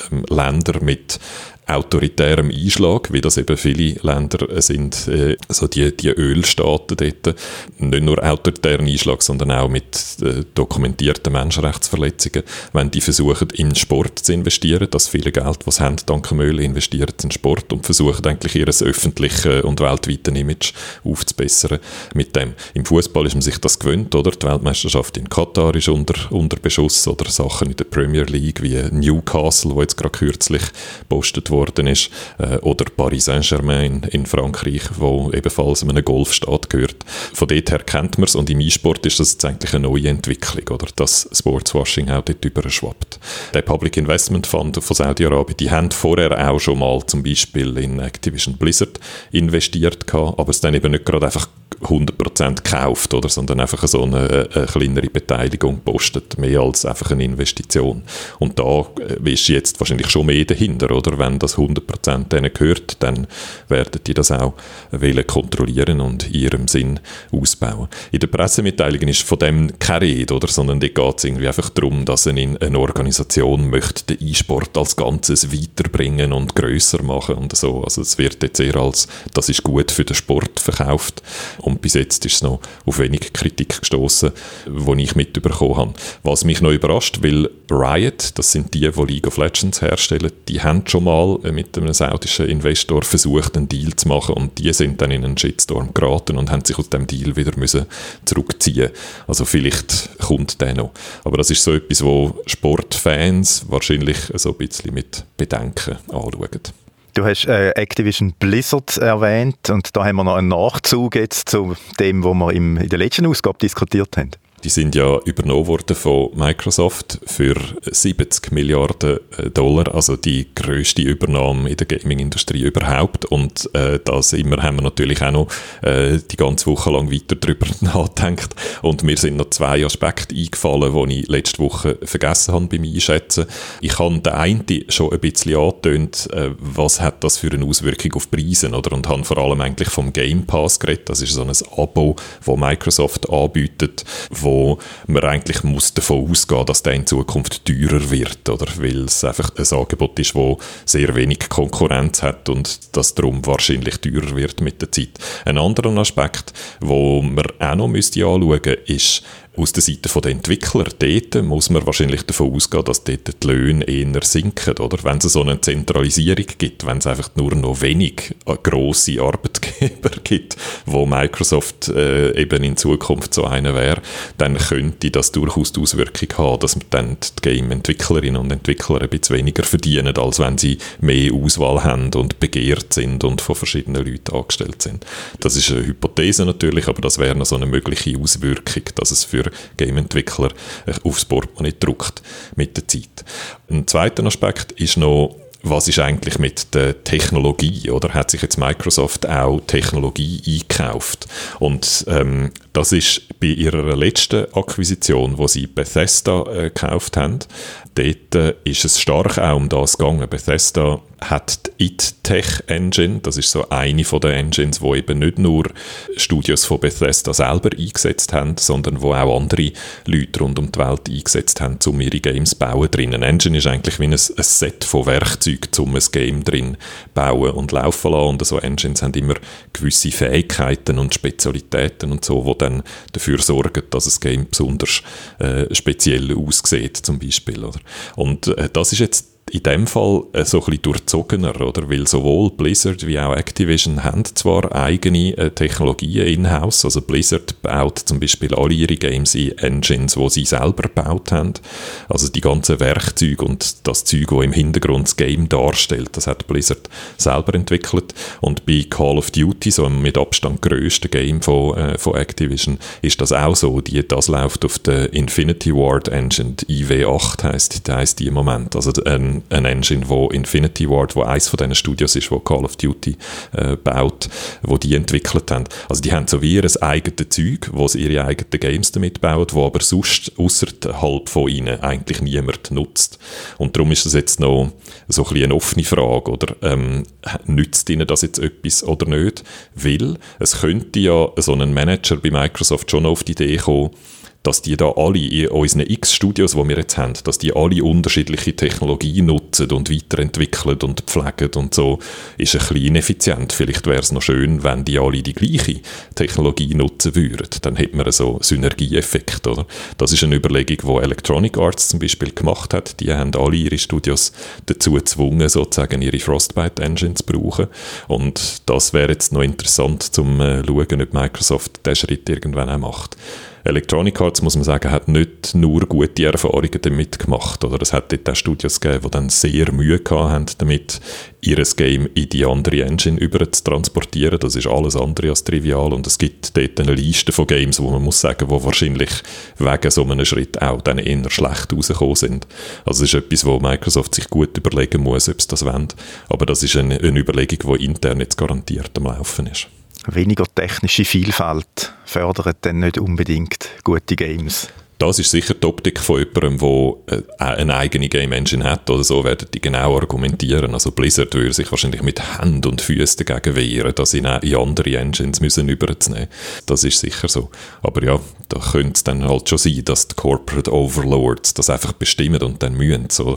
Länder mit autoritärem Einschlag, wie das eben viele Länder sind, also die Ölstaaten dort, nicht nur autoritären Einschlag, sondern auch mit dokumentierten Menschenrechtsverletzungen, wenn die versuchen, in Sport zu investieren, das viele Geld, was sie haben, dank dem Öl, investieren in Sport und versuchen eigentlich ihr öffentliches und weltweites Image aufzubessern mit dem. Im Fußball ist man sich das gewöhnt, oder? Die Weltmeisterschaft in Katar ist unter Beschuss oder Sachen in der Premier League wie Newcastle, wo jetzt gerade kürzlich gepostet worden ist, oder Paris Saint-Germain in Frankreich, wo ebenfalls einem Golfstaat gehört. Von dort her kennt man es und im E-Sport ist das jetzt eigentlich eine neue Entwicklung, oder? Dass Sportswashing auch dort überschwappt. Der Public Investment Fund von Saudi-Arabien, die haben vorher auch schon mal zum Beispiel in Activision Blizzard investiert gehabt, aber es dann eben nicht gerade einfach 100% gekauft, oder, sondern einfach so eine kleinere Beteiligung postet, mehr als einfach eine Investition. Und da ist jetzt wahrscheinlich schon mehr dahinter, oder? Wenn das 100% denen gehört, dann werden die das auch wollen kontrollieren und in dem Sinn ausbauen. In der Pressemitteilung ist von dem keine Rede, oder? Sondern dort geht es irgendwie einfach darum, dass eine Organisation möchte den E-Sport als Ganzes weiterbringen und grösser machen und so. Also es wird jetzt eher als, das ist gut für den Sport verkauft, und bis jetzt ist es noch auf wenig Kritik gestoßen, die ich mitbekommen habe. Was mich noch überrascht, weil Riot, das sind die League of Legends herstellen, die haben schon mal mit einem saudischen Investor versucht, einen Deal zu machen, und die sind dann in einen Shitstorm geraten und haben sich aus dem Deal wieder müssen zurückziehen. Also vielleicht kommt der noch. Aber das ist so etwas, wo Sportfans wahrscheinlich so ein bisschen mit Bedenken anschauen. Du hast Activision Blizzard erwähnt, und da haben wir noch einen Nachzug jetzt zu dem, was wir in der letzten Ausgabe diskutiert haben. Die sind ja übernommen worden von Microsoft für 70 Milliarden $, also die grösste Übernahme in der Gaming-Industrie überhaupt. Und da haben wir natürlich auch noch die ganze Woche lang weiter darüber nachgedacht. Und mir sind noch 2 Aspekte eingefallen, die ich letzte Woche vergessen habe beim Einschätzen. Ich habe den einen schon ein bisschen angetönt, was hat das für eine Auswirkung auf Preise, oder? Und habe vor allem eigentlich vom Game Pass geredet. Das ist so ein Abo, das Microsoft anbietet, wo man eigentlich muss davon ausgehen, dass der in Zukunft teurer wird, oder? Weil es einfach ein Angebot ist, das sehr wenig Konkurrenz hat und das darum wahrscheinlich teurer wird mit der Zeit. Ein anderer Aspekt, den man auch noch anschauen müsste, ist aus der Seite der Entwickler. Dort muss man wahrscheinlich davon ausgehen, dass dort die Löhne eher sinken, oder? Wenn es so eine Zentralisierung gibt, wenn es einfach nur noch wenig grosse Arbeitgeber gibt, wo Microsoft eben in Zukunft so einer wäre, dann könnte das durchaus die Auswirkung haben, dass dann die Game-Entwicklerinnen und Entwickler ein bisschen weniger verdienen, als wenn sie mehr Auswahl haben und begehrt sind und von verschiedenen Leuten angestellt sind. Das ist eine Hypothese natürlich, aber das wäre noch so eine mögliche Auswirkung, dass es für Game-Entwickler aufs Portemonnaie drückt mit der Zeit. Ein zweiter Aspekt ist noch, was ist eigentlich mit der Technologie, oder? Hat sich jetzt Microsoft auch Technologie eingekauft? Und das ist bei ihrer letzten Akquisition, wo sie Bethesda gekauft haben. Dort ist es stark auch um das gegangen. Bethesda hat die id-Tech Engine, das ist so eine von den Engines, wo eben nicht nur Studios von Bethesda selber eingesetzt haben, sondern wo auch andere Leute rund um die Welt eingesetzt haben, um ihre Games zu bauen drin. Ein Engine ist eigentlich wie ein Set von Werkzeugen, um ein Game drin bauen und laufen lassen. Und so Engines haben immer gewisse Fähigkeiten und Spezialitäten und so, die dann dafür sorgen, dass ein Game besonders speziell aussieht, zum Beispiel, oder? Und das ist jetzt in dem Fall so ein bisschen durchzogener, oder? Weil sowohl Blizzard wie auch Activision haben zwar eigene Technologien in-house, also Blizzard baut zum Beispiel alle ihre Games in Engines, die sie selber gebaut haben. Also die ganzen Werkzeuge und das Zeug, das im Hintergrund das Game darstellt, das hat Blizzard selber entwickelt. Und bei Call of Duty, so einem mit Abstand grössten Game von Activision, ist das auch so. Das läuft auf der Infinity Ward Engine, die IW8 heisst die im Moment. Also ein Engine, wo Infinity Ward, wo eins von diesen Studios ist, wo Call of Duty baut, wo die entwickelt haben. Also die haben so wie ihr eigenes Zeug, wo sie ihre eigenen Games damit bauen, wo aber sonst ausserhalb von ihnen eigentlich niemand nutzt. Und darum ist das jetzt noch so ein bisschen eine offene Frage, oder? Nützt ihnen das jetzt etwas oder nicht? Weil es könnte ja so ein Manager bei Microsoft schon auf die Idee kommen, dass die da alle in unseren X-Studios, die wir jetzt haben, dass die alle unterschiedliche Technologien nutzen und weiterentwickeln und pflegen und so, ist ein bisschen ineffizient. Vielleicht wäre es noch schön, wenn die alle die gleiche Technologie nutzen würden. Dann hätte man so Synergieeffekt, oder? Das ist eine Überlegung, die Electronic Arts zum Beispiel gemacht hat. Die haben alle ihre Studios dazu gezwungen, sozusagen ihre Frostbite-Engine zu brauchen. Und das wäre jetzt noch interessant, zum schauen, ob Microsoft diesen Schritt irgendwann auch macht. Electronic Arts, muss man sagen, hat nicht nur gute Erfahrungen damit gemacht. Oder es hat dort auch Studios gegeben, die dann sehr Mühe gehabt haben, damit ihr Game in die andere Engine über zu transportieren. Das ist alles andere als trivial. Und es gibt dort eine Liste von Games, wo man muss sagen, die wahrscheinlich wegen so einem Schritt auch dann eher schlecht rausgekommen sind. Also es ist etwas, wo Microsoft sich gut überlegen muss, ob es das wollen. Aber das ist eine Überlegung, die intern jetzt garantiert am Laufen ist. Weniger technische Vielfalt fördert dann nicht unbedingt gute Games. das ist sicher die Optik von jemandem, der eine eigene Game Engine hat oder so, werden die genau argumentieren. Also Blizzard würde sich wahrscheinlich mit Händen und Füßen dagegen wehren, das in andere Engines müssen überzunehmen. Das ist sicher so. Aber ja, da könnte es dann halt schon sein, dass die Corporate Overlords das einfach bestimmen und dann mühen so.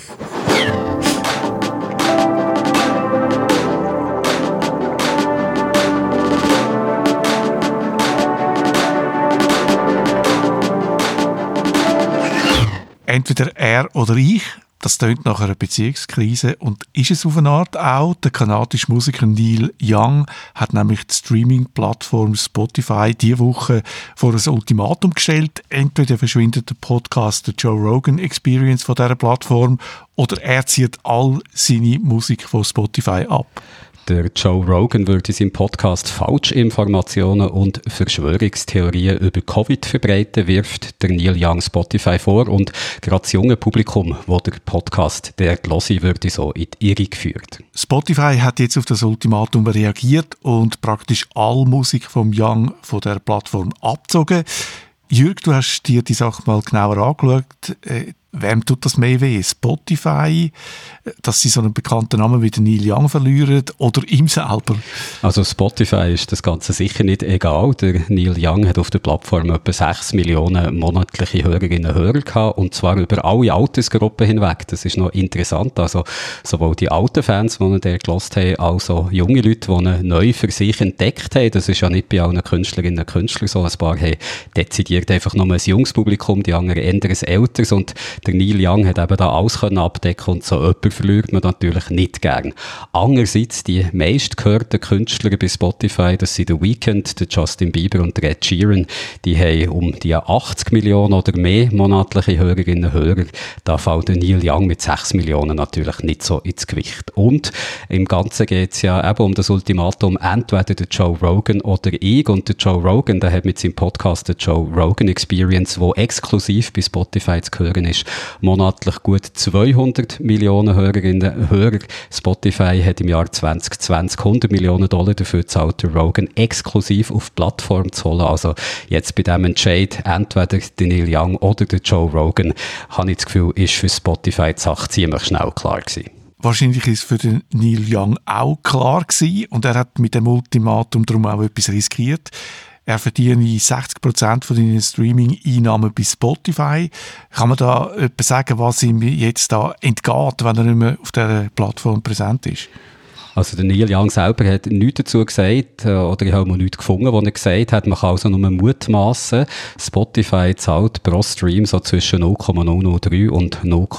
Entweder er oder ich, das tönt nach einer Beziehungskrise und ist es auf eine Art auch. Der kanadische Musiker Neil Young hat nämlich die Streaming-Plattform Spotify diese Woche vor ein Ultimatum gestellt. Entweder verschwindet der Podcast «The Joe Rogan Experience» von dieser Plattform oder er zieht all seine Musik von Spotify ab. Der Joe Rogan würde in seinem Podcast Falschinformationen und Verschwörungstheorien über Covid verbreiten, wirft der Neil Young Spotify vor und gerade das junge Publikum, das der Podcast der hören würde, so in die Irre geführt. Spotify hat jetzt auf das Ultimatum reagiert und praktisch all Musik vom Young von der Plattform abgezogen. Jürg, du hast dir die Sache mal genauer angeschaut. Wem tut das mehr weh? Spotify, dass sie so einen bekannten Namen wie Neil Young verlieren oder ihm selber? Also Spotify ist das Ganze sicher nicht egal. Der Neil Young hat auf der Plattform etwa 6 Millionen monatliche Hörerinnen und Hörer gehabt und zwar über alle Altersgruppen hinweg. Das ist noch interessant. Also sowohl die alten Fans, die ihn gehört haben, als auch junge Leute, die ihn neu für sich entdeckt haben. Das ist ja nicht bei allen Künstlerinnen und Künstlern so. Ein paar haben dezidiert einfach nur ein junges Publikum, die anderen eher ein älteres und der Neil Young hat eben da alles abdecken und so jemanden verliert man natürlich nicht gern. Andererseits, die meistgehörten Künstler bei Spotify, das sind The Weeknd, der Justin Bieber und der Ed Sheeran, die haben um die 80 Millionen oder mehr monatliche Hörerinnen und Hörer. Da fällt der Neil Young mit 6 Millionen natürlich nicht so ins Gewicht. Und im Ganzen geht es ja eben um das Ultimatum, entweder der Joe Rogan oder ich. Und der Joe Rogan, der hat mit seinem Podcast der Joe Rogan Experience, wo exklusiv bei Spotify zu hören ist, monatlich gut 200 Millionen Hörerinnen und Hörer. Spotify hat im Jahr 2020 $100 Millionen dafür gezahlt, der Rogan exklusiv auf die Plattform zu holen. Also jetzt bei diesem Entscheid, entweder der Neil Young oder der Joe Rogan, habe ich das Gefühl, ist für Spotify die Sache ziemlich schnell klar gewesen. Wahrscheinlich ist es für den Neil Young auch klar gewesen und er hat mit dem Ultimatum darum auch etwas riskiert. Er verdient 60% von den Streaming-Einnahmen bei Spotify. Kann man da etwas sagen, was ihm jetzt da entgeht, wenn er nicht mehr auf dieser Plattform präsent ist? Also der Neil Young selber hat nichts dazu gesagt, oder ich habe mal nichts gefunden, was er gesagt hat. Man kann also nur mutmaßen. Spotify zahlt pro Stream so zwischen 0,003 und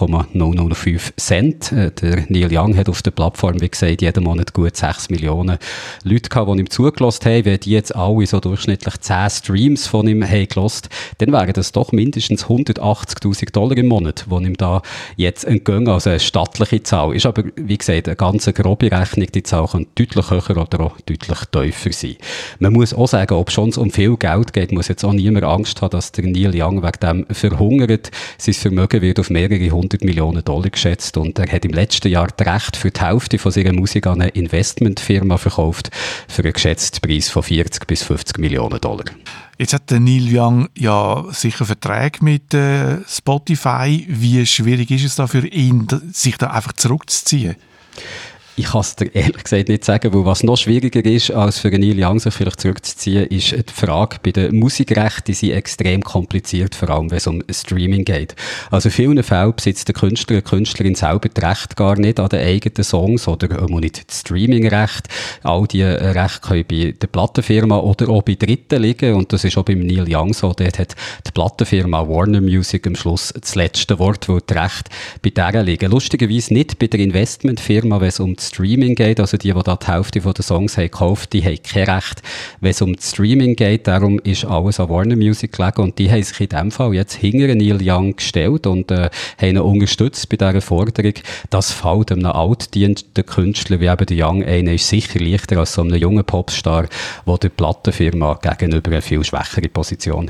0,005 Cent. Der Neil Young hat auf der Plattform, wie gesagt, jeden Monat gut 6 Millionen Leute gehabt, die ihm zugelassen haben. Wenn die jetzt alle so durchschnittlich 10 Streams von ihm haben gelassen, dann wären das doch mindestens $180.000 im Monat, die ihm da jetzt entgehen. Also eine stattliche Zahl. Ist aber, wie gesagt, eine ganz grobe Rechnung. Die Zahl kann deutlich höher oder auch deutlich tiefer sein. Man muss auch sagen, ob schon es um viel Geld geht, muss jetzt auch niemand Angst haben, dass der Neil Young wegen dem verhungert. Sein Vermögen wird auf mehrere $100 Millionen geschätzt und er hat im letzten Jahr das Recht für die Hälfte von seiner Musik an eine Investmentfirma verkauft für einen geschätzten Preis von $40 bis $50 Millionen. Jetzt hat der Neil Young ja sicher Verträge mit Spotify. Wie schwierig ist es da für ihn, sich da einfach zurückzuziehen? Ich kann es dir ehrlich gesagt nicht sagen, weil was noch schwieriger ist, als für Neil Young sich vielleicht zurückzuziehen, ist die Frage bei den Musikrechten, die sind extrem kompliziert, vor allem wenn es um Streaming geht. Also in vielen Fällen besitzt der Künstler, die Künstlerin selber das Recht gar nicht an den eigenen Songs oder auch nicht das Streamingrecht. All diese Rechte können bei der Plattenfirma oder auch bei Dritten liegen und das ist auch beim Neil Young so. Dort hat die Plattenfirma Warner Music am Schluss das letzte Wort, weil die Rechte bei der liegen. Lustigerweise nicht bei der Investmentfirma, wenn es um Streaming geht, also die Hälfte der Songs haben gekauft, die haben kein Recht, wenn es um das Streaming geht, darum ist alles an Warner Music gelegen und die haben sich in diesem Fall jetzt hinter Neil Young gestellt und haben ihn unterstützt bei dieser Forderung. Das fällt einem altdienenden Künstler wie eben der Young einer ist sicher leichter als so einem jungen Popstar, der der Plattenfirma gegenüber eine viel schwächere Position hat.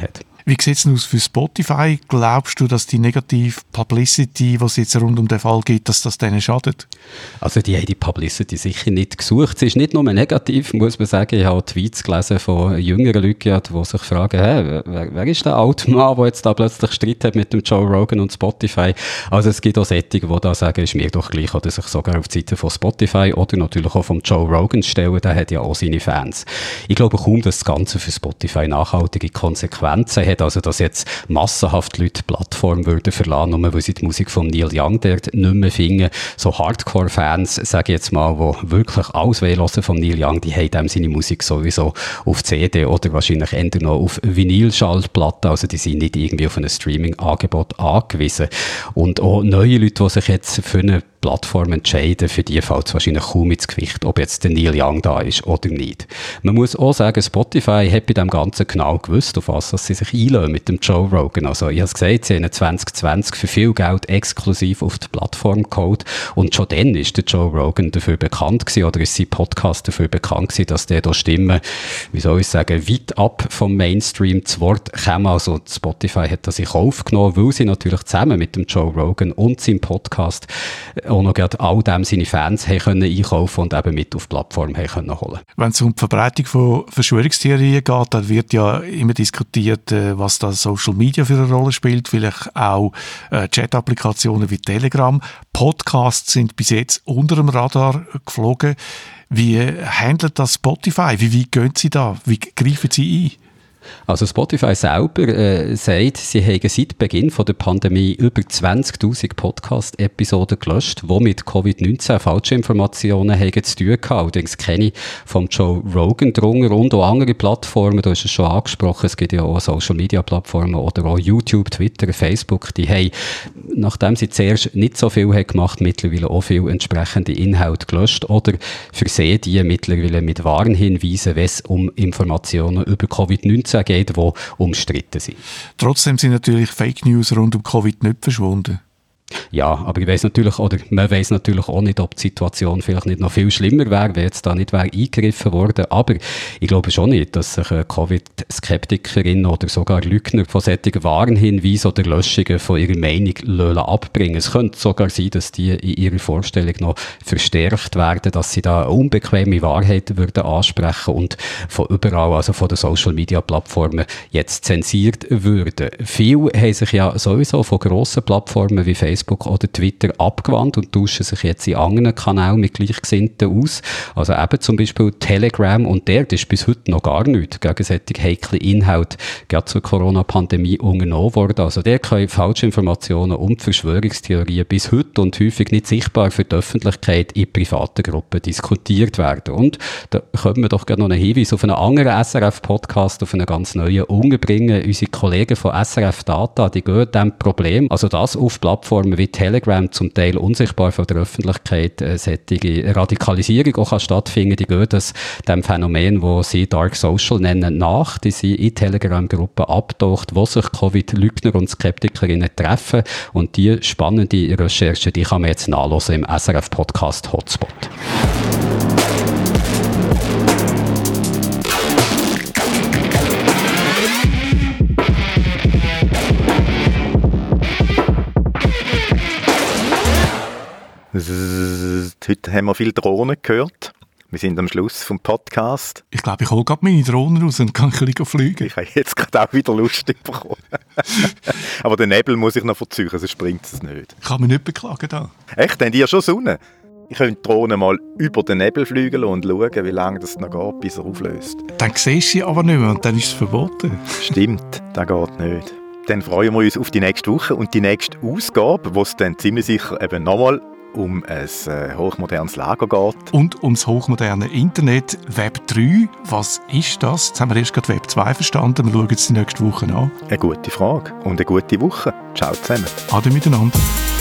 Wie sieht es denn aus für Spotify? Glaubst du, dass die negative Publicity, die es jetzt rund um den Fall gibt, dass das denen schadet? Also die haben die Publicity sicher nicht gesucht. Es ist nicht nur negativ, muss man sagen. Ich habe Tweets gelesen von jüngeren Leuten, die sich fragen, wer ist der alte Mann, der jetzt da plötzlich Streit hat mit dem Joe Rogan und Spotify? Also es gibt auch solche, die da sagen, ist mir doch gleich, oder sich sogar auf die Seite von Spotify oder natürlich auch vom Joe Rogan stellen, der hat ja auch seine Fans. Ich glaube kaum, dass das Ganze für Spotify nachhaltige Konsequenzen hat, also dass jetzt massenhaft Leute die Plattform würden verlassen, nur weil sie die Musik von Neil Young dort nicht mehr finden. So Hardcore-Fans, sage ich jetzt mal, die wirklich alles hören von Neil Young, die haben dem seine Musik sowieso auf CD oder wahrscheinlich eher noch auf Vinylschallplatten, also die sind nicht irgendwie auf ein Streaming-Angebot angewiesen. Und auch neue Leute, die sich jetzt für eine Plattform entscheiden, für die fällt es wahrscheinlich kaum ins Gewicht, ob jetzt der Neil Young da ist oder nicht. Man muss auch sagen, Spotify hat bei dem Ganzen genau gewusst, auf was sie sich einlösen mit dem Joe Rogan. Also ich habe es gesagt, sie haben 2020 für viel Geld exklusiv auf die Plattform geholt und schon dann ist der Joe Rogan dafür bekannt gewesen, oder ist sein Podcast dafür bekannt gewesen, dass der da Stimmen, wie soll ich sagen, weit ab vom Mainstream zu Wort käme. Also Spotify hat das in Kauf genommen, weil sie natürlich zusammen mit dem Joe Rogan und seinem Podcast auch noch gerade all dem seine Fans haben können einkaufen und eben mit auf die Plattform haben können holen. Wenn es um die Verbreitung von Verschwörungstheorien geht, dann wird ja immer diskutiert, was da Social Media für eine Rolle spielt, vielleicht auch Chat-Applikationen wie Telegram. Podcasts sind bis jetzt unter dem Radar geflogen. Wie handelt das Spotify? Wie weit gehen Sie da? Wie greifen Sie ein? Also Spotify selber sagt, sie haben seit Beginn von der Pandemie über 20'000 Podcast-Episoden gelöscht, die mit Covid-19 Falschinformationen haben zu tun hatten. Allerdings keine vom Joe Rogan drunter und auch andere Plattformen, da ist es schon angesprochen, es gibt ja auch Social-Media-Plattformen oder auch YouTube, Twitter, Facebook, die haben, nachdem sie zuerst nicht so viel haben gemacht, mittlerweile auch viel entsprechende Inhalte gelöscht oder versehen die mittlerweile mit Warnhinweisen, wenn es um Informationen über Covid-19 geht, die umstritten sind. Trotzdem sind natürlich Fake News rund um Covid nicht verschwunden. Ja, aber ich weiss natürlich, oder man weiss natürlich auch nicht, ob die Situation vielleicht nicht noch viel schlimmer wäre, wenn jetzt da nicht wäre eingegriffen worden. Aber ich glaube schon nicht, dass sich Covid-Skeptikerinnen oder sogar Lügner von solchen Warnhinweisen oder Löschungen von ihrer Meinung abbringen. Es könnte sogar sein, dass die in ihrer Vorstellung noch verstärkt werden, dass sie da eine unbequeme Wahrheit würden ansprechen und von überall, also von den Social-Media-Plattformen, jetzt zensiert würden. Viele haben sich ja sowieso von grossen Plattformen wie Facebook oder Twitter abgewandt und tauschen sich jetzt in anderen Kanälen mit Gleichgesinnten aus. Also eben zum Beispiel Telegram, und dort ist bis heute noch gar nichts gegen solche heikle Inhalte gerade zur Corona-Pandemie unternommen worden. Also der können Falschinformationen und Verschwörungstheorien bis heute und häufig nicht sichtbar für die Öffentlichkeit in privaten Gruppen diskutiert werden. Und da können wir doch gerne noch einen Hinweis auf einen anderen SRF-Podcast, auf einen ganz neuen unterbringen. Unsere Kollegen von SRF Data, die gehen diesem Problem, also das auf Plattformen wie Telegram zum Teil unsichtbar von der Öffentlichkeit solche Radikalisierung auch stattfinden, die gehen dem Phänomen, das sie Dark Social nennen, nach. Die sind in Telegram-Gruppen abgetaucht, wo sich Covid-Lügner und Skeptikerinnen treffen, und die spannende Recherche, die kann man jetzt nachhören im SRF-Podcast Hotspot. Heute haben wir viele Drohnen gehört. Wir sind am Schluss vom Podcast. Ich glaube, ich hole gerade meine Drohnen raus und kann ein bisschen fliegen. Ich habe jetzt gerade auch wieder Lust bekommen. Aber den Nebel muss ich noch verzeihen, sonst bringt es nicht. Ich kann mich nicht beklagen da. Echt? Habt ihr schon Sonne? Ich könnte die Drohne mal über den Nebel fliegen und schauen, wie lange das noch geht, bis er auflöst. Dann siehst du sie aber nicht mehr und dann ist es verboten. Stimmt, das geht nicht. Dann freuen wir uns auf die nächste Woche und die nächste Ausgabe, wo es dann ziemlich sicher eben nochmal um ein hochmodernes Lager geht. Und ums hochmoderne Internet. Web 3, was ist das? Jetzt haben wir erst gerade Web 2 verstanden. Wir schauen es die nächste Woche an. Eine gute Frage und eine gute Woche. Ciao zusammen. Ade miteinander.